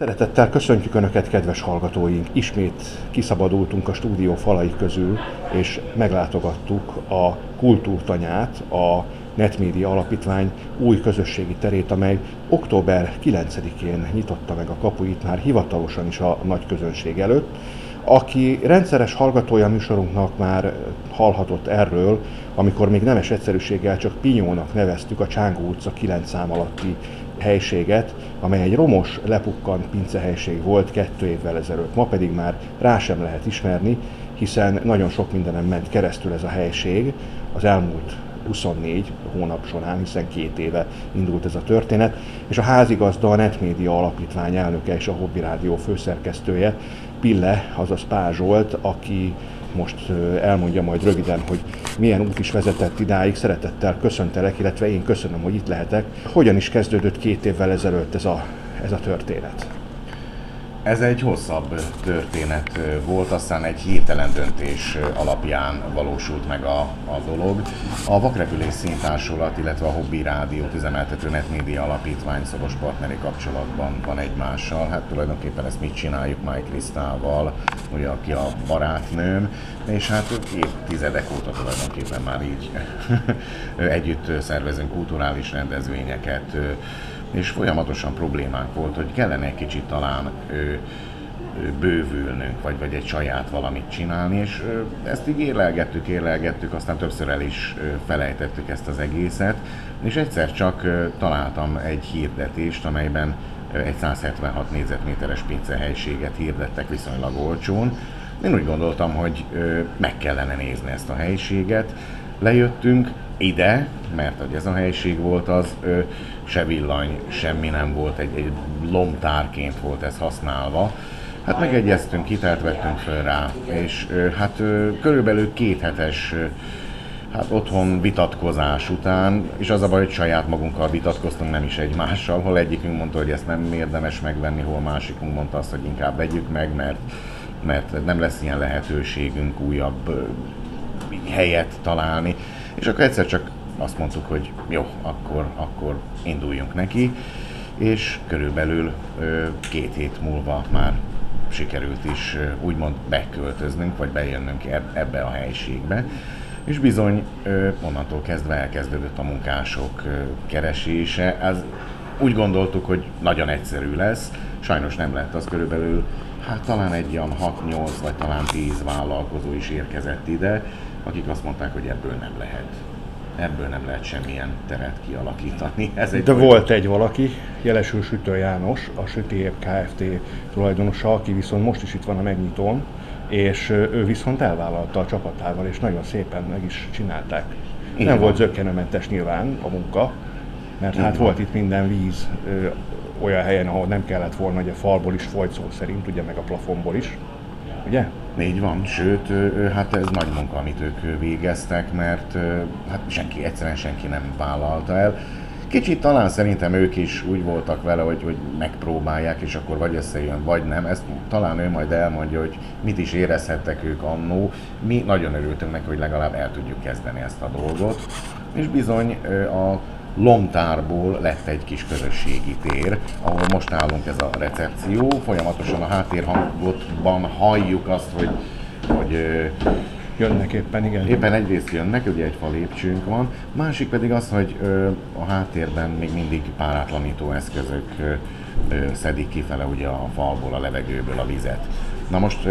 Szeretettel köszöntjük Önöket, kedves hallgatóink! Ismét kiszabadultunk a stúdió falai közül, és meglátogattuk a Kultúrtanyát, a Netmédia Alapítvány új közösségi terét, amely október 9-én nyitotta meg a kapuit már hivatalosan is a nagy közönség előtt. Aki rendszeres hallgatója műsorunknak, már hallhatott erről, amikor még nemes egyszerűséggel csak Pinyónak neveztük a Csángó utca 9 szám alatti helységet, amely egy romos, lepukkant pincehelység volt 2 évvel ezelőtt. Ma pedig már rá sem lehet ismerni, hiszen nagyon sok mindenem ment keresztül ez a helység az elmúlt 24 hónap során, hiszen 2 éve indult ez a történet, és a házigazda, a Netmédia Alapítvány elnöke és a Hobby Rádió főszerkesztője, Pille, azaz Pál Zsolt, aki most elmondja majd röviden, hogy milyen út is vezetett idáig. Szeretettel köszöntelek, illetve én köszönöm, hogy itt lehetek. Hogyan is kezdődött 2 évvel ezelőtt ez a történet? Ez egy hosszabb történet volt, aztán egy hirtelen döntés alapján valósult meg a dolog. A Vakrepülés Színtársulat, illetve a Hobby Rádiót üzemeltető Netmédia Alapítvány szoros partneri kapcsolatban van egymással. Hát tulajdonképpen ezt mit csináljuk Mike Krisztával, ugye, aki a barátnőm, és hát évtizedek óta tulajdonképpen már így együtt szervezünk kulturális rendezvényeket, és folyamatosan problémánk volt, hogy kellene egy kicsit talán bővülnünk, vagy egy saját valamit csinálni, és ezt így érlelgettük, aztán többször el is felejtettük ezt az egészet, és egyszer csak találtam egy hirdetést, amelyben egy 176 négyzetméteres pincehelységet hirdettek viszonylag olcsón. Én úgy gondoltam, hogy meg kellene nézni ezt a helyiséget. Lejöttünk ide, mert hogy ez a helység volt, az se villany, semmi nem volt, egy lomtárként volt ez használva. Hát megegyeztünk, hitelt vettünk föl rá, és hát körülbelül 2 hetes otthon vitatkozás után, és az a baj, hogy saját magunkkal vitatkoztunk, nem is egymással, hol egyikünk mondta, hogy ezt nem érdemes megvenni, hol másikunk mondta azt, hogy inkább vegyük meg, mert nem lesz ilyen lehetőségünk újabb helyet találni. És akkor egyszer csak azt mondtuk, hogy jó, akkor induljunk neki, és körülbelül 2 hét múlva már sikerült is úgymond beköltöznünk, vagy bejönnünk ebbe a helységbe. És bizony onnantól kezdve elkezdődött a munkások keresése. Úgy gondoltuk, hogy nagyon egyszerű lesz, sajnos nem lett, az körülbelül talán egy olyan 6-8 vagy talán 10 vállalkozó is érkezett ide, akik azt mondták, hogy ebből nem lehet semmilyen teret kialakítani. De volt egy valaki, jelesül Sütő János, a Sütő Kft. Tulajdonosa, aki viszont most is itt van a megnyitón, és ő viszont elvállalta a csapatával, és nagyon szépen meg is csinálták. Nem volt zökkenőmentes nyilván a munka, mert hát volt itt minden víz olyan helyen, ahol nem kellett volna, hogy a falból is folyt szó szerint, ugye, meg a plafonból is, ugye? Így van, sőt, hát ez nagy munka, amit ők végeztek, mert hát egyszerűen senki nem vállalta el. Kicsit talán szerintem ők is úgy voltak vele, hogy megpróbálják, és akkor vagy összejön, vagy nem. Ezt talán ő majd elmondja, hogy mit is érezhettek ők annó. Mi nagyon örültünk neki, hogy legalább el tudjuk kezdeni ezt a dolgot. És bizony a lomtárból lett egy kis közösségi tér, ahol most állunk, ez a recepció. Folyamatosan a háttérhangotban halljuk azt, hogy jönnek éppen, igen. Éppen egyrészt jönnek, ugye egy fa lépcsőnk van, másik pedig az, hogy a háttérben még mindig párátlanító eszközök szedik kifele ugye a falból, a levegőből a vizet. Na most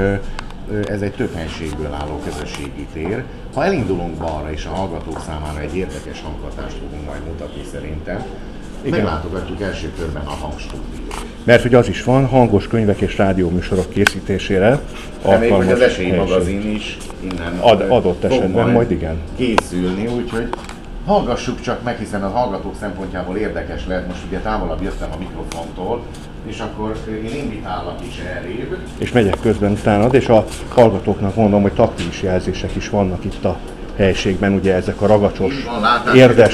ez egy több helységből álló közösségi tér. Ha elindulunk balra, és a hallgatók számára egy érdekes hanghatást fogunk majd mutatni szerintem, meglátogatjuk első körben a hangstúdiót. Mert hogy az is van, hangos könyvek és rádióműsorok készítésére még hogy az Esély magazin is innen adott esetben majd igen készülni, úgyhogy hallgassuk csak meg, hiszen a hallgatók szempontjából érdekes lehet. Most ugye távolabb jöttem a mikrofontól, és akkor én invitálok is elébb. És megyek közben utánad, és a hallgatóknak mondom, hogy taktilis jelzések is vannak itt a helységben, ugye ezek a ragacsos, érdes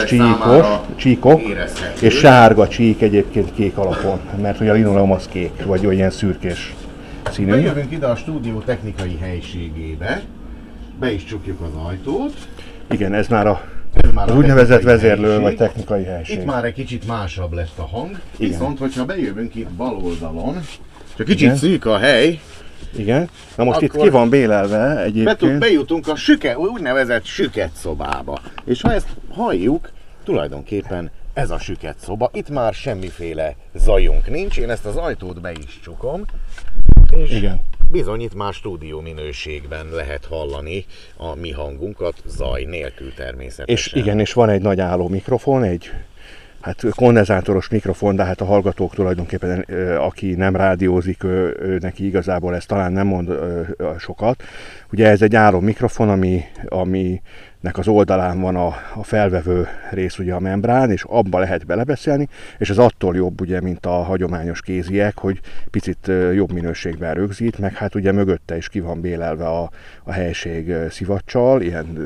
csíkok, és sárga csík egyébként kék alapon, mert ugye a linoleum az kék, vagy olyan szürkés színű. Bejövünk ide a stúdió technikai helységébe, be is csukjuk az ajtót. Igen, ez már a Az úgynevezett vezérlő vagy technikai helység. Itt már egy kicsit másabb lett a hang, igen. Viszont hogyha bejövünk itt bal oldalon, csak kicsit szűk a hely. Igen. Na most itt ki van bélelve egyébként. Bejutunk a úgynevezett süket szobába. És ha ezt halljuk, tulajdonképpen ez a süket szoba. Itt már semmiféle zajunk nincs. Én ezt az ajtót be is csukom. És igen. Bizony itt már stúdió minőségben lehet hallani a mi hangunkat, zaj nélkül természetesen. És igen, és van egy nagy álló mikrofon, egy kondenzátoros mikrofon, de hát a hallgatók tulajdonképpen, aki nem rádiózik, neki igazából ez talán nem mond sokat. Ugye ez egy álló mikrofon, aminek az oldalán van a felvevő rész, ugye a membrán, és abba lehet belebeszélni, és ez attól jobb, ugye, mint a hagyományos kéziek, hogy picit jobb minőségben rögzít, meg hát ugye mögötte is ki van bélelve a helység szivacsal, ilyen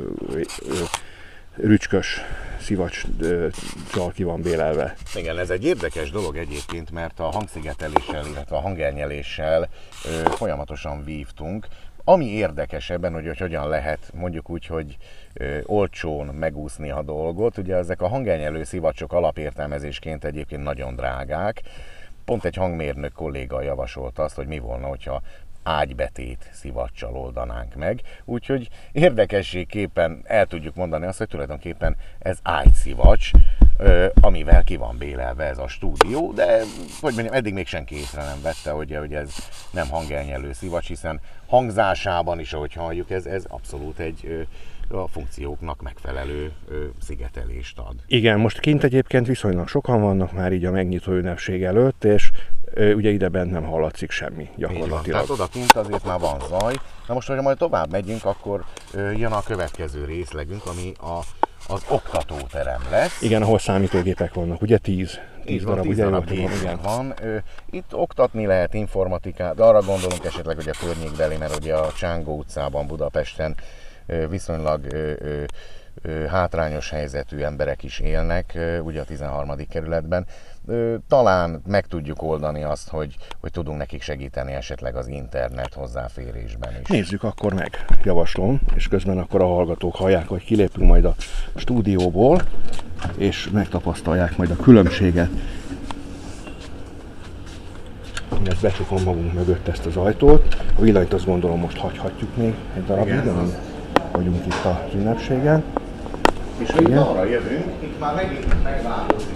rücskös szivacsal ki van bélelve. Igen, ez egy érdekes dolog egyébként, mert a hangszigeteléssel, illetve a hangelnyeléssel folyamatosan vívtunk. Ami érdekes ebben, hogy hogyan lehet mondjuk úgy, hogy olcsón megúszni a dolgot, ugye ezek a hangelnyelő szivacsok alapértelmezésként egyébként nagyon drágák. Pont egy hangmérnök kolléga javasolta azt, hogy mi volna, hogyha ágybetét szivacsal oldanánk meg. Úgyhogy érdekességképpen el tudjuk mondani azt, hogy tulajdonképpen ez ágyszivacs, amivel ki van bélelve ez a stúdió, de hogy mondjam, eddig még senki észre nem vette, hogy ez nem hangelnyelő szivacs, hiszen hangzásában is, ahogy halljuk, ez abszolút egy a funkcióknak megfelelő szigetelést ad. Igen, most kint egyébként viszonylag sokan vannak már így a megnyitó ünnepség előtt, és ugye ide bent nem hallatszik semmi gyakorlatilag. Tehát odakint azért már van zaj. Na most, hogyha majd tovább megyünk, akkor jön a következő részlegünk, ami az oktatóterem lesz. Igen, ahol számítógépek vannak, ugye 10 darab, ugye van. Itt oktatni lehet informatikát, de arra gondolunk esetleg, hogy a környékbeli, mert ugye a Csángó utcában Budapesten viszonylag hátrányos helyzetű emberek is élnek, ugye a 13. kerületben. Talán meg tudjuk oldani azt, hogy tudunk nekik segíteni esetleg az internet hozzáférésben is. Nézzük akkor meg, javaslom, és közben akkor a hallgatók hallják, hogy kilépünk majd a stúdióból, és megtapasztalják majd a különbséget. Én ezt becsukom magunk mögött ezt az ajtót. A villanyt azt gondolom most hagyhatjuk még egy darabig, nem vagyunk itt a ünnepségen. És ha itt arra jövünk, itt már megint megváltozik.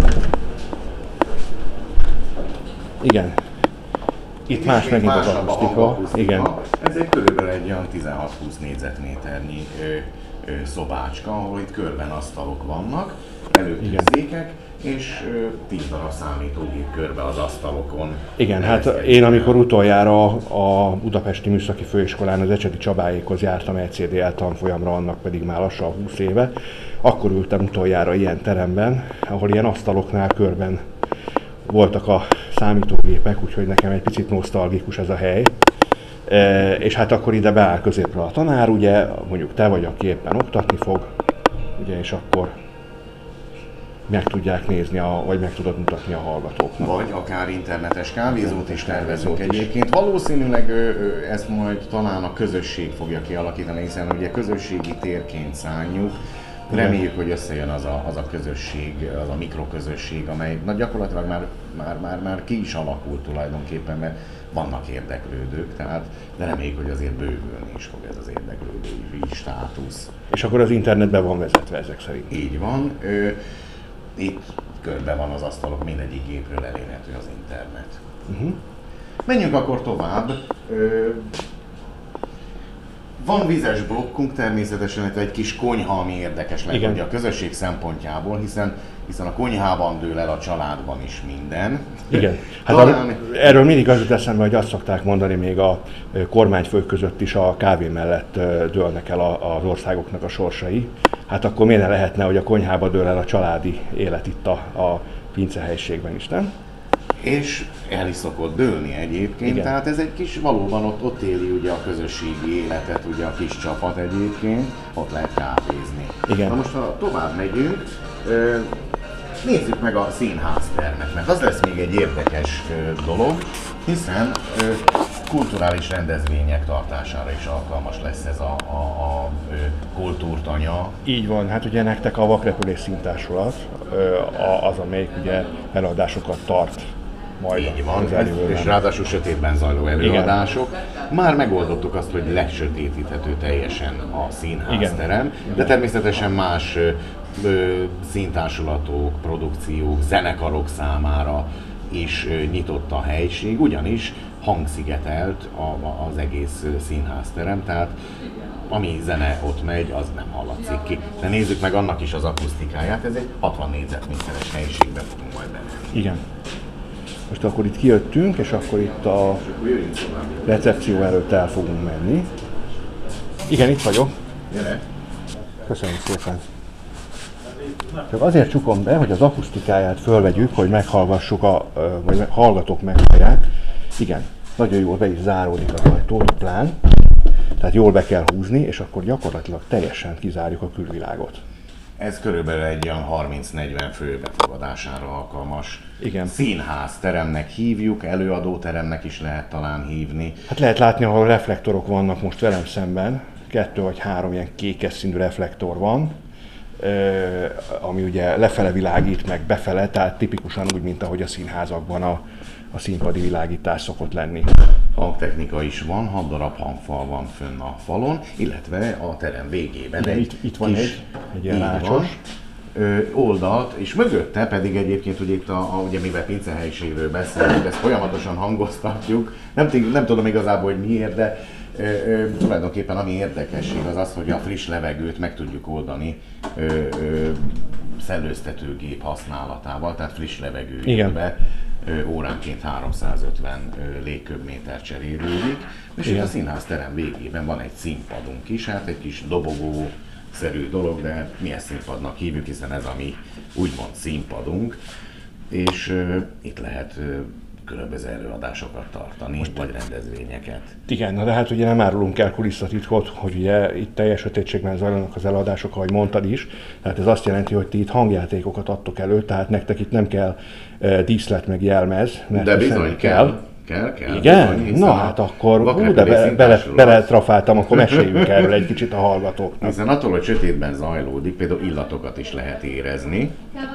Igen. Itt más megint az akusztika. Igen. Ez egy körülbelül egy olyan 16-20 négyzetméternyi szobácska, ahol itt körben asztalok vannak, előttük székek, és 10 darab számítógép körbe az asztalokon. Igen, hát én amikor utoljára a Budapesti Műszaki Főiskolán az Ecsedi Csabáékhoz jártam ECDL tanfolyamra, annak pedig már lassan 20 éve, akkor ültem utoljára ilyen teremben, ahol ilyen asztaloknál körben voltak a számítógépek, úgyhogy nekem egy picit nosztalgikus ez a hely. És hát akkor ide beáll középre a tanár, ugye, mondjuk te vagy, aki éppen oktatni fog, ugye, és akkor meg tudják nézni, vagy meg tudod mutatni a hallgatóknak. Vagy akár internetes kávézót is tervezünk egyébként. Valószínűleg ezt majd talán a közösség fogja kialakítani, hiszen ugye közösségi térként szánjuk. Reméljük, hogy összejön az a közösség, az a mikroközösség, amely gyakorlatilag már ki is alakult tulajdonképpen, mert vannak érdeklődők, de reméljük, hogy azért bővülni is fog ez az érdeklődői státusz. És akkor az internetben van vezetve ezek szerint? Így van. Itt körbe van az asztalok, mindegyik gépről elérhető az internet. Menjünk akkor tovább. Van vizes blokkunk természetesen, egy kis konyha, ami érdekes lehet ugye a közösség szempontjából, hiszen a konyhában dől el a családban is minden. Igen, hát erről mindig az jut eszembe, hogy azt szokták mondani, még a kormányfők között is a kávé mellett dőlnek el az országoknak a sorsai. Hát akkor miért ne lehetne, hogy a konyhába dől el a családi élet itt a pincehelyiségben is, nem? És el is szokott dőlni egyébként, igen. Tehát ez egy kis, valóban ott éli ugye a közösségi életet, ugye a kis csapat egyébként, ott lehet kávézni. Igen. Na most ha tovább megyünk, nézzük meg a színháztermet, mert az lesz még egy érdekes dolog, hiszen kulturális rendezvények tartására is alkalmas lesz ez a kultúrtanya. Így van, hát ugye nektek a Vakrepülés Színtársulat az, amelyik ugye előadásokat tart majd. Így van, és ráadásul sötétben zajló előadások. Igen. Már megoldottuk azt, hogy lesötétíthető teljesen a színházterem, de természetesen más színtársulatok, produkciók, zenekarok számára is nyitott a helység, ugyanis hangszigetelt az egész színházterem, tehát ami zene ott megy, az nem hallatszik ki. De nézzük meg annak is az akusztikáját, ez egy 60 négyzetméteres helyiségbe fogunk majd bemenni. Igen. Most akkor itt kijöttünk, és akkor itt a recepció előtt el fogunk menni. Igen, itt vagyok. Gyere! Köszönöm szépen. Csak azért csukom be, hogy az akusztikáját fölvegyük, hogy meghallgassuk, vagy hallgatók meghallják. Igen, nagyon jól be is záródik az ajtó, plán. Tehát jól be kell húzni, és akkor gyakorlatilag teljesen kizárjuk a külvilágot. Ez körülbelül egy olyan 30-40 fő befogadására alkalmas. Igen. Színházteremnek hívjuk, előadóteremnek is lehet talán hívni. Hát lehet látni, ahol reflektorok vannak most velem szemben. 2 vagy 3 ilyen kékes színű reflektor van, ami ugye lefele világít, meg befele, tehát tipikusan úgy, mint ahogy a színházakban a színpadi világítás szokott lenni. Hangtechnika is van, 6 darab hangfal van fönn a falon, illetve a terem végében igen, itt van egy ilyen ácsos oldalt, és mögötte pedig egyébként, ugye itt ugye mivel pincehelyiségről beszélünk, ezt folyamatosan hangoztatjuk, nem tudom igazából, hogy miért, de tulajdonképpen ami érdekesség az az, hogy a friss levegőt meg tudjuk oldani szellőztetőgép használatával, tehát friss levegő jön be, óránként 350 légköbméter cserélődik, és itt a színházterem végében van egy színpadunk is, hát egy kis dobogó-szerű dolog, de mi ezt színpadnak hívjuk, hiszen ez a mi úgymond színpadunk, és itt lehet különböző előadásokat tartani, vagy rendezvényeket. Igen, de hát ugye nem árulunk el kulisszatitkot, hogy ugye itt teljes sötétségben zajlanak az előadások, ahogy mondtad is. Tehát ez azt jelenti, hogy ti itt hangjátékokat adtok elő, tehát nektek itt nem kell díszlet meg jelmez. Mert de bizony kell. Igen? Bizony, na hát akkor, beletrafáltam, akkor meséljünk erről egy kicsit a hallgatóknak. Hiszen attól, hogy sötétben zajlódik, például illatokat is lehet érezni.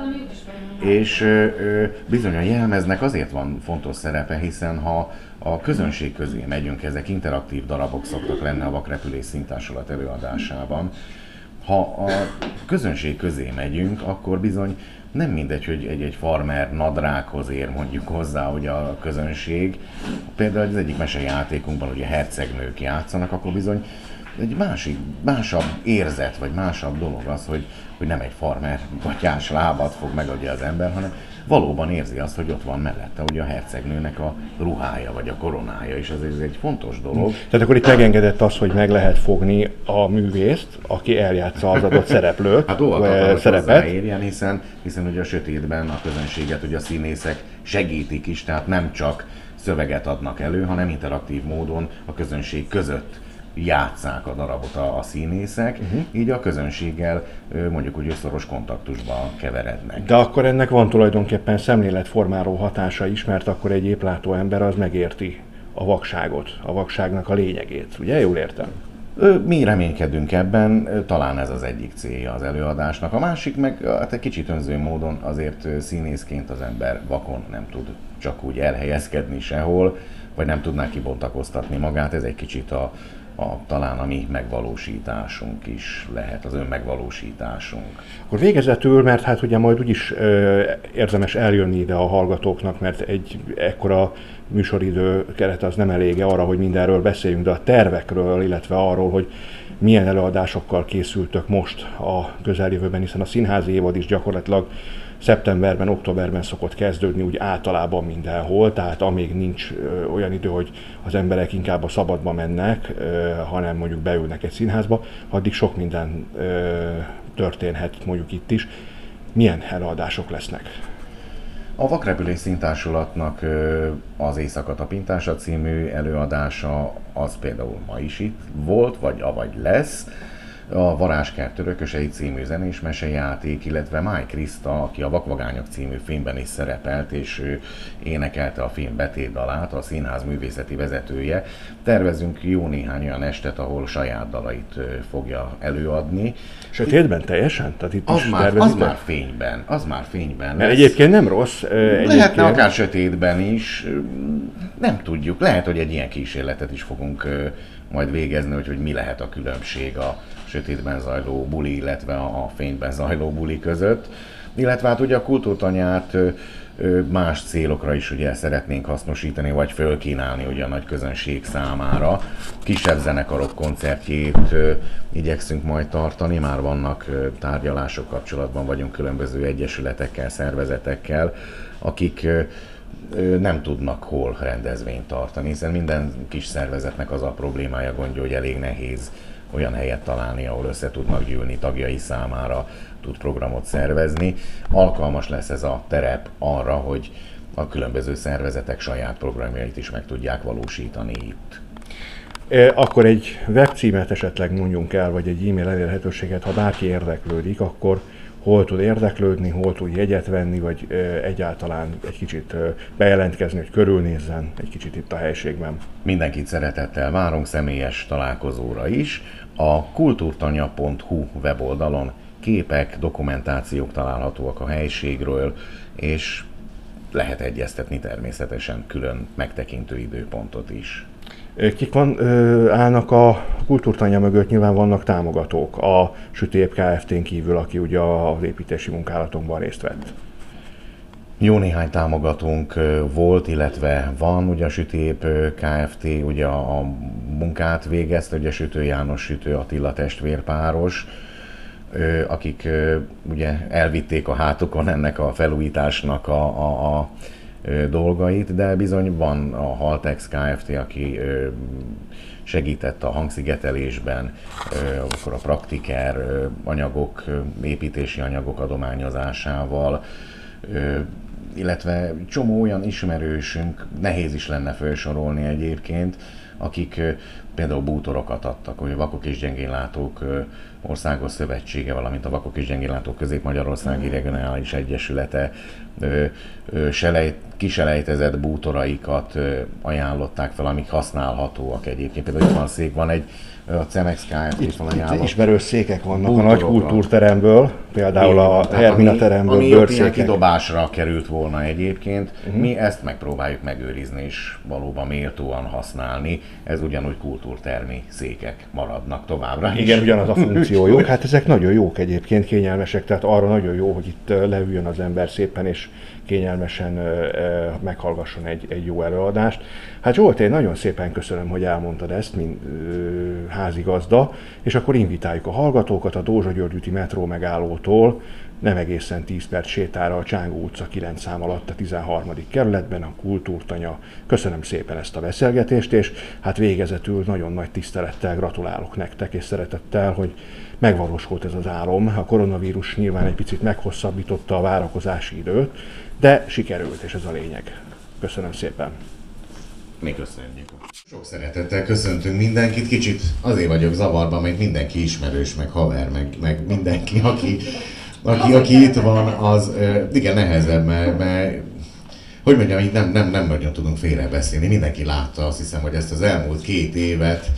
És bizony a jelmeznek azért van fontos szerepe, hiszen ha a közönség közé megyünk, ezek interaktív darabok szoktak lenni a Vakrepülés Színtársulat előadásában. Ha a közönség közé megyünk, akkor bizony nem mindegy, hogy egy farmer nadrághoz ér mondjuk hozzá, hogy a közönség. Például az egyik mesejátékunkban ugye hercegnők játszanak, akkor bizony egy másabb érzet, vagy másabb dolog az, hogy nem egy farmer gatyás lábat fog megadni az ember, hanem valóban érzi azt, hogy ott van mellette ugye a hercegnőnek a ruhája, vagy a koronája, és ez egy fontos dolog. Tehát akkor itt megengedett az, hogy meg lehet fogni a művészt, aki eljátsza az adott szereplőt, hát óvatatlan, szerepet. Hozzáérjen, hiszen ugye a sötétben a közönséget ugye a színészek segítik is, tehát nem csak szöveget adnak elő, hanem interaktív módon a közönség között játsszák a darabot a színészek, így a közönséggel mondjuk úgy szoros kontaktusba keverednek. De akkor ennek van tulajdonképpen szemléletformáló hatása is, mert akkor egy éplátó ember az megérti a vakságot, a vakságnak a lényegét. Ugye, jól értem? Mi reménykedünk ebben, talán ez az egyik célja az előadásnak. A másik meg hát egy kicsit önző módon azért színészként az ember vakon nem tud csak úgy elhelyezkedni sehol, vagy nem tudná kibontakoztatni magát, ez egy kicsit talán a mi megvalósításunk is lehet, az önmegvalósításunk. Akkor végezetül, mert hát ugye majd úgyis érdemes eljönni ide a hallgatóknak, mert egy ekkora műsoridő keret az nem elége arra, hogy mindenről beszéljünk, de a tervekről, illetve arról, hogy milyen előadásokkal készültök most a közeljövőben, hiszen a színházi évad is gyakorlatilag szeptemberben, októberben szokott kezdődni úgy általában mindenhol, tehát amíg nincs olyan idő, hogy az emberek inkább a szabadba mennek, hanem mondjuk beülnek egy színházba, addig sok minden történhet mondjuk itt is. Milyen előadások lesznek? A Vakrepülés Színtársulatnak az Éjszaka tapintása című előadása az például ma is itt volt, vagy avagy lesz. a Varázskert örökösei című zenés mesejáték, illetve Máj Kriszta, aki a Vakvagányok című filmben is szerepelt, és ő énekelte a film betétdalát, a színház művészeti vezetője. Tervezünk jó néhány olyan estet, ahol saját dalait fogja előadni. Sötétben teljesen? Tehát itt az már fényben. Mert egyébként nem rossz. Lehetne akár sötétben is, nem tudjuk. Lehet, hogy egy ilyen kísérletet is fogunk majd végezni, hogy mi lehet a különbség a sötétben zajló buli, illetve a fényben zajló buli között. Illetve hát ugye a kultúrtanyát más célokra is ugye szeretnénk hasznosítani, vagy fölkínálni ugye a nagy közönség számára. Kisebb zenekarok koncertjét igyekszünk majd tartani, már vannak tárgyalások, kapcsolatban vagyunk különböző egyesületekkel, szervezetekkel, akik nem tudnak hol rendezvényt tartani, hiszen minden kis szervezetnek az a problémája, gondja, hogy elég nehéz olyan helyet találni, ahol össze tudnak gyűlni tagjai számára, tud programot szervezni. Alkalmas lesz ez a terep arra, hogy a különböző szervezetek saját programjait is meg tudják valósítani itt. Akkor egy webcímet esetleg mondjunk el, vagy egy e-mail elérhetőséget, ha bárki érdeklődik, akkor hol tud érdeklődni, hol tud jegyet venni, vagy egyáltalán egy kicsit bejelentkezni, hogy körülnézzen egy kicsit itt a helységben. Mindenkit szeretettel várunk személyes találkozóra is. A kulturtanya.hu weboldalon képek, dokumentációk találhatóak a helységről, és lehet egyeztetni természetesen külön megtekintő időpontot is. Kik állnak a Kultúrtanya mögött? Nyilván vannak támogatók a Sütőép Kft-n kívül, aki ugye az építési munkálatokban részt vett. Jó néhány támogatónk volt, illetve van, ugye a Sütőép Kft. Ugye a munkát végezte, ugye Sütő János, Sütő Attila testvérpáros, akik ugye elvitték a hátukon ennek a felújításnak a dolgait, de bizony van a Haltex Kft., aki segített a hangszigetelésben, akkor a praktiker anyagok, építési anyagok adományozásával, illetve csomó olyan ismerősünk, nehéz is lenne felsorolni egyébként, akik például bútorokat adtak, hogy a Vakok és Gyengénlátók Országos Szövetsége, valamint a Vakok és Gyengénlátók Közép-Magyarországi Regionális Egyesülete kiselejtezett bútoraikat ajánlották fel, amik használhatóak egyébként. Például itt van szék, van egy a Cemex Kft. Itt ismerős székek vannak a nagy kultúrteremből, például a Hermina teremből ami bőrszékek. Ami kidobásra került volna egyébként. Mi ezt megpróbáljuk megőrizni és valóban méltóan használni. Ez ugyanúgy kultúrtermi székek maradnak továbbra is. Igen, ugyanaz a funkciójuk. Hát ezek nagyon jók egyébként, kényelmesek, tehát arra nagyon jó, hogy itt leüljön az ember szépen és kényelmesen meghallgasson egy jó előadást. Hát Zsolt, én nagyon szépen köszönöm, hogy elmondtad ezt, mint házigazda, és akkor invitáljuk a hallgatókat a Dózsa György úti metró megállótól, nem egészen 10 perc sétára a Csángó utca 9 szám alatt a 13. kerületben, a Kultúrtanya. Köszönöm szépen ezt a beszélgetést, és hát végezetül nagyon nagy tisztelettel gratulálok nektek, és szeretettel, hogy megvalósult ez az álom. A koronavírus nyilván egy picit meghosszabbította a várakozási időt, de sikerült, és ez a lényeg. Köszönöm szépen. Mi köszönjük. Sok szeretettel köszöntünk mindenkit. Kicsit azért vagyok zavarban, mert mindenki ismerős, meg haver, meg mindenki, aki itt van, az igen nehezebb, mert hogy mondjam, így nem nagyon tudunk félrebeszélni. Mindenki látta, azt hiszem, hogy ezt az elmúlt 2 évet,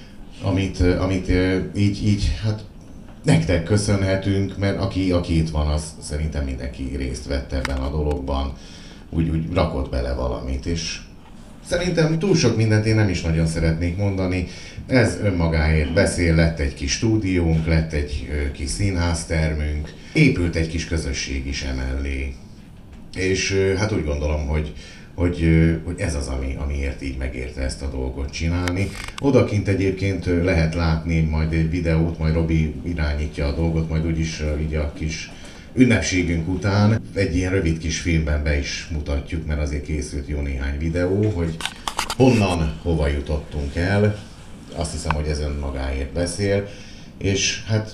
amit így hát nektek köszönhetünk, mert aki itt van, az szerintem mindenki részt vett ebben a dologban, úgy rakott bele valamit, és szerintem túl sok mindent én nem is nagyon szeretnék mondani. Ez önmagáért beszél, lett egy kis stúdiónk, lett egy kis színháztermünk, épült egy kis közösség is emellé. És hát úgy gondolom, hogy ez az, amiért így megérte ezt a dolgot csinálni. Odakint egyébként lehet látni majd egy videót, majd Robi irányítja a dolgot, majd úgyis így a kis ünnepségünk után egy ilyen rövid kis filmben be is mutatjuk, mert azért készült jó néhány videó, hogy honnan, hova jutottunk el. Azt hiszem, hogy ez önmagáért beszél, és hát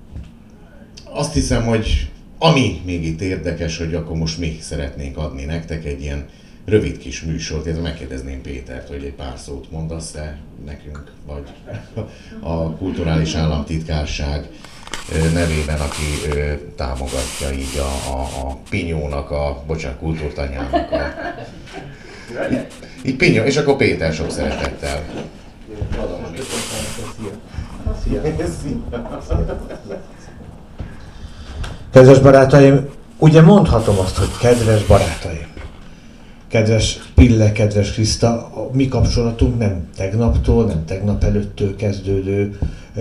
azt hiszem, hogy ami még itt érdekes, hogy akkor most mi szeretnénk adni nektek egy ilyen rövid kis műsort, illetve megkérdezném Pétert, hogy egy pár szót mondasz-e nekünk, vagy a Kulturális Államtitkárság nevében, aki támogatja így a Pinyónak, Kultúrtanyának így Pinyó, és akkor Péter sok szeretettel. Kedves barátaim, ugye mondhatom azt, hogy kedves barátaim, kedves Pille, kedves Kriszta, a mi kapcsolatunk nem tegnaptól, nem tegnap előttől kezdődő.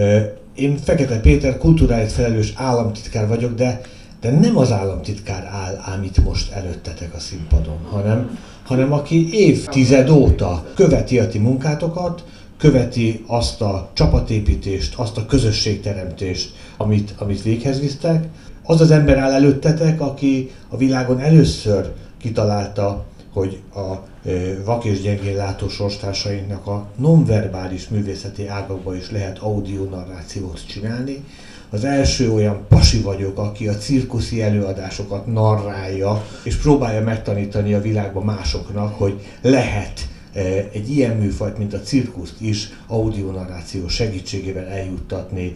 Én Fekete Péter, kulturális felelős államtitkár vagyok, de nem az államtitkár áll ám itt most előttetek a színpadon, hanem aki évtized óta követi a ti munkátokat, követi azt a csapatépítést, azt a közösségteremtést, amit véghez visztek. Az az ember áll előttetek, aki a világon először kitalálta, hogy a vak és gyengén látó sorstársainknak a nonverbális művészeti ágakban is lehet audionarrációt csinálni. Az első olyan pasi vagyok, aki a cirkuszi előadásokat narrálja, és próbálja megtanítani a világban másoknak, hogy lehet egy ilyen műfajt, mint a cirkuszt is audionarráció segítségével eljuttatni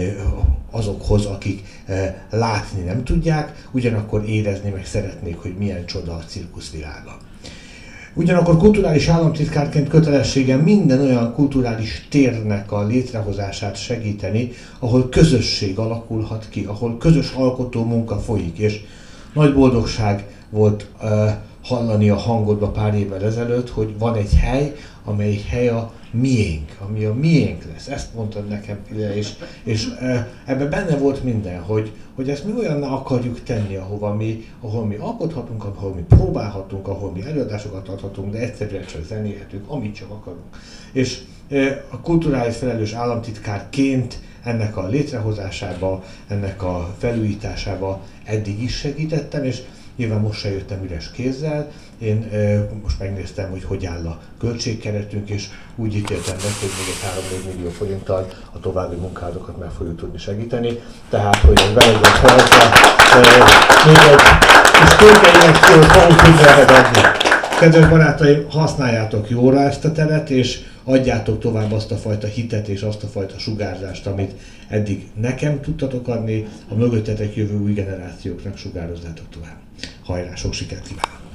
azokhoz, akik látni nem tudják, ugyanakkor érezni meg szeretnék, hogy milyen csoda a cirkusz világa. Ugyanakkor kulturális államtitkárként kötelességem minden olyan kulturális térnek a létrehozását segíteni, ahol közösség alakulhat ki, ahol közös alkotó munka folyik, és nagy boldogság volt hallani a hangodba pár évvel ezelőtt, hogy van egy hely, amely hely a miénk, ami a miénk lesz. Ezt mondtad nekem, Pille, és ebben benne volt minden, hogy ezt mi olyanná akarjuk tenni, ahol mi alkothatunk, ahol mi próbálhatunk, ahol mi előadásokat adhatunk, de egyszerűen csak zenélhetünk, amit csak akarunk. És a kulturális felelős államtitkárként ennek a létrehozásába, ennek a felújításába eddig is segítettem, és nyilván most se jöttem üres kézzel. Én most megnéztem, hogy áll a költségkeretünk, és úgy ítéltem meg, hogy még egy 3-4 millió forinttal a további munkádokat meg fogjuk tudni segíteni. Tehát, hogy egy velegyen felhasznál, még egy kis tőkeinjekciót fogunk tudni erre adni. Kedves barátaim, használjátok jóra ezt a teret, és adjátok tovább azt a fajta hitet és azt a fajta sugárzást, amit eddig nekem tudtatok adni, a mögöttetek jövő új generációknak sugározzátok tovább. Hajrá, sok sikert kívánok!